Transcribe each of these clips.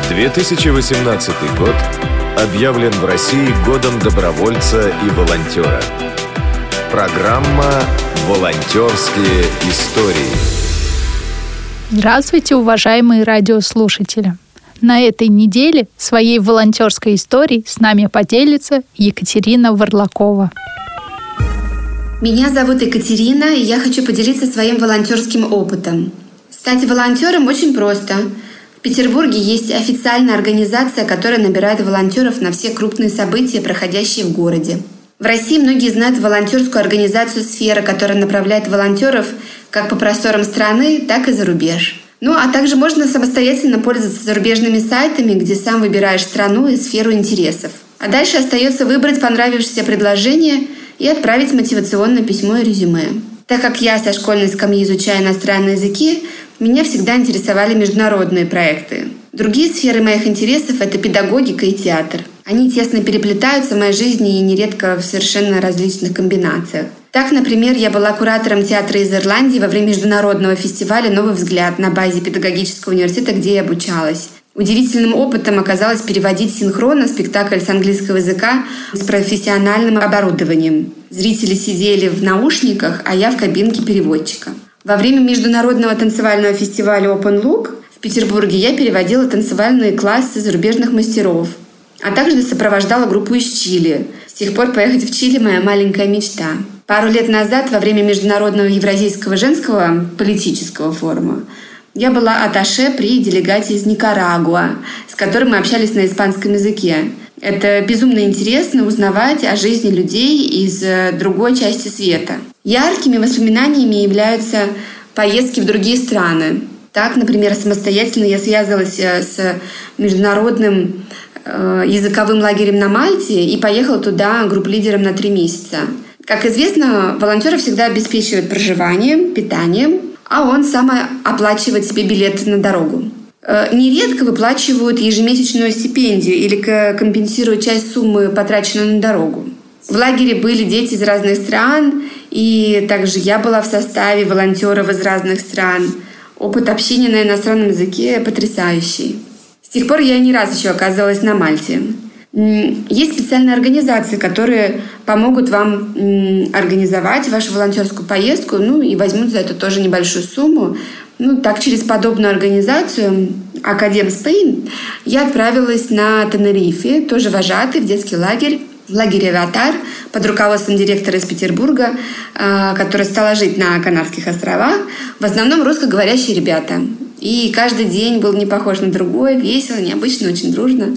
2018 год объявлен в России годом добровольца и волонтера. Программа «Волонтерские истории». Здравствуйте, уважаемые радиослушатели! На этой неделе своей волонтерской историей с нами поделится Екатерина Варлакова. Меня зовут Екатерина, и я хочу поделиться своим волонтерским опытом. Стать волонтером очень просто. В Петербурге есть официальная организация, которая набирает волонтеров на все крупные события, проходящие в городе. В России многие знают волонтерскую организацию «Сфера», которая направляет волонтеров как по просторам страны, так и за рубеж. А также можно самостоятельно пользоваться зарубежными сайтами, где сам выбираешь страну и сферу интересов. А дальше остается выбрать понравившееся предложение и отправить мотивационное письмо и резюме. Так как я со школьной скамьи изучаю иностранные языки, меня всегда интересовали международные проекты. Другие сферы моих интересов — это педагогика и театр. Они тесно переплетаются в моей жизни и нередко в совершенно различных комбинациях. Так, например, я была куратором театра из Ирландии во время международного фестиваля «Новый взгляд» на базе педагогического университета, где я обучалась. Удивительным опытом оказалось переводить синхронно спектакль с английского языка с профессиональным оборудованием. Зрители сидели в наушниках, а я в кабинке переводчика. Во время международного танцевального фестиваля Open Look в Петербурге я переводила танцевальные классы зарубежных мастеров, а также сопровождала группу из Чили. С тех пор поехать в Чили — моя маленькая мечта. Пару лет назад, во время Международного Евразийского женского политического форума, я была атташе при делегате из Никарагуа, с которым мы общались на испанском языке. Это безумно интересно узнавать о жизни людей из другой части света. Яркими воспоминаниями являются поездки в другие страны. Так, например, самостоятельно я связалась с международным языковым лагерем на Мальте и поехала туда групп-лидером на 3 месяца. Как известно, волонтеры всегда обеспечивают проживанием, питанием, а он сам оплачивает себе билеты на дорогу. Нередко выплачивают ежемесячную стипендию или компенсируют часть суммы, потраченной на дорогу. В лагере были дети из разных стран, и также я была в составе волонтеров из разных стран. Опыт общения на иностранном языке потрясающий. С тех пор я не раз еще оказывалась на Мальте. Есть специальные организации, которые помогут вам организовать вашу волонтерскую поездку, и возьмут за это тоже небольшую сумму. Так через подобную организацию Academ Spain я отправилась на Тенерифе, тоже вожатой, в детский лагерь, в лагере «Аватар» под руководством директора из Петербурга, который стала жить на Канарских островах. В основном русскоговорящие ребята. И каждый день был не похож на другой, весело, необычно, очень дружно.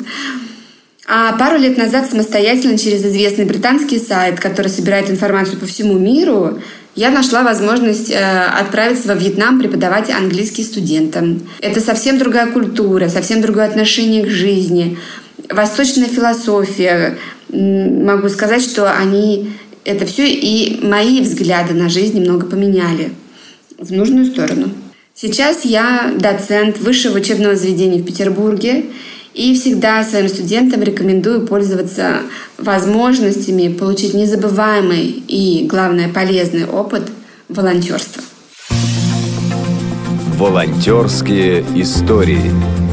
А пару лет назад самостоятельно через известный британский сайт, который собирает информацию по всему миру, я нашла возможность отправиться во Вьетнам преподавать английский студентам. Это совсем другая культура, совсем другое отношение к жизни, восточная философия. Могу сказать, что они это все и мои взгляды на жизнь немного поменяли в нужную сторону. Сейчас я доцент высшего учебного заведения в Петербурге и всегда своим студентам рекомендую пользоваться возможностями получить незабываемый и, главное, полезный опыт волонтерства. Волонтерские истории.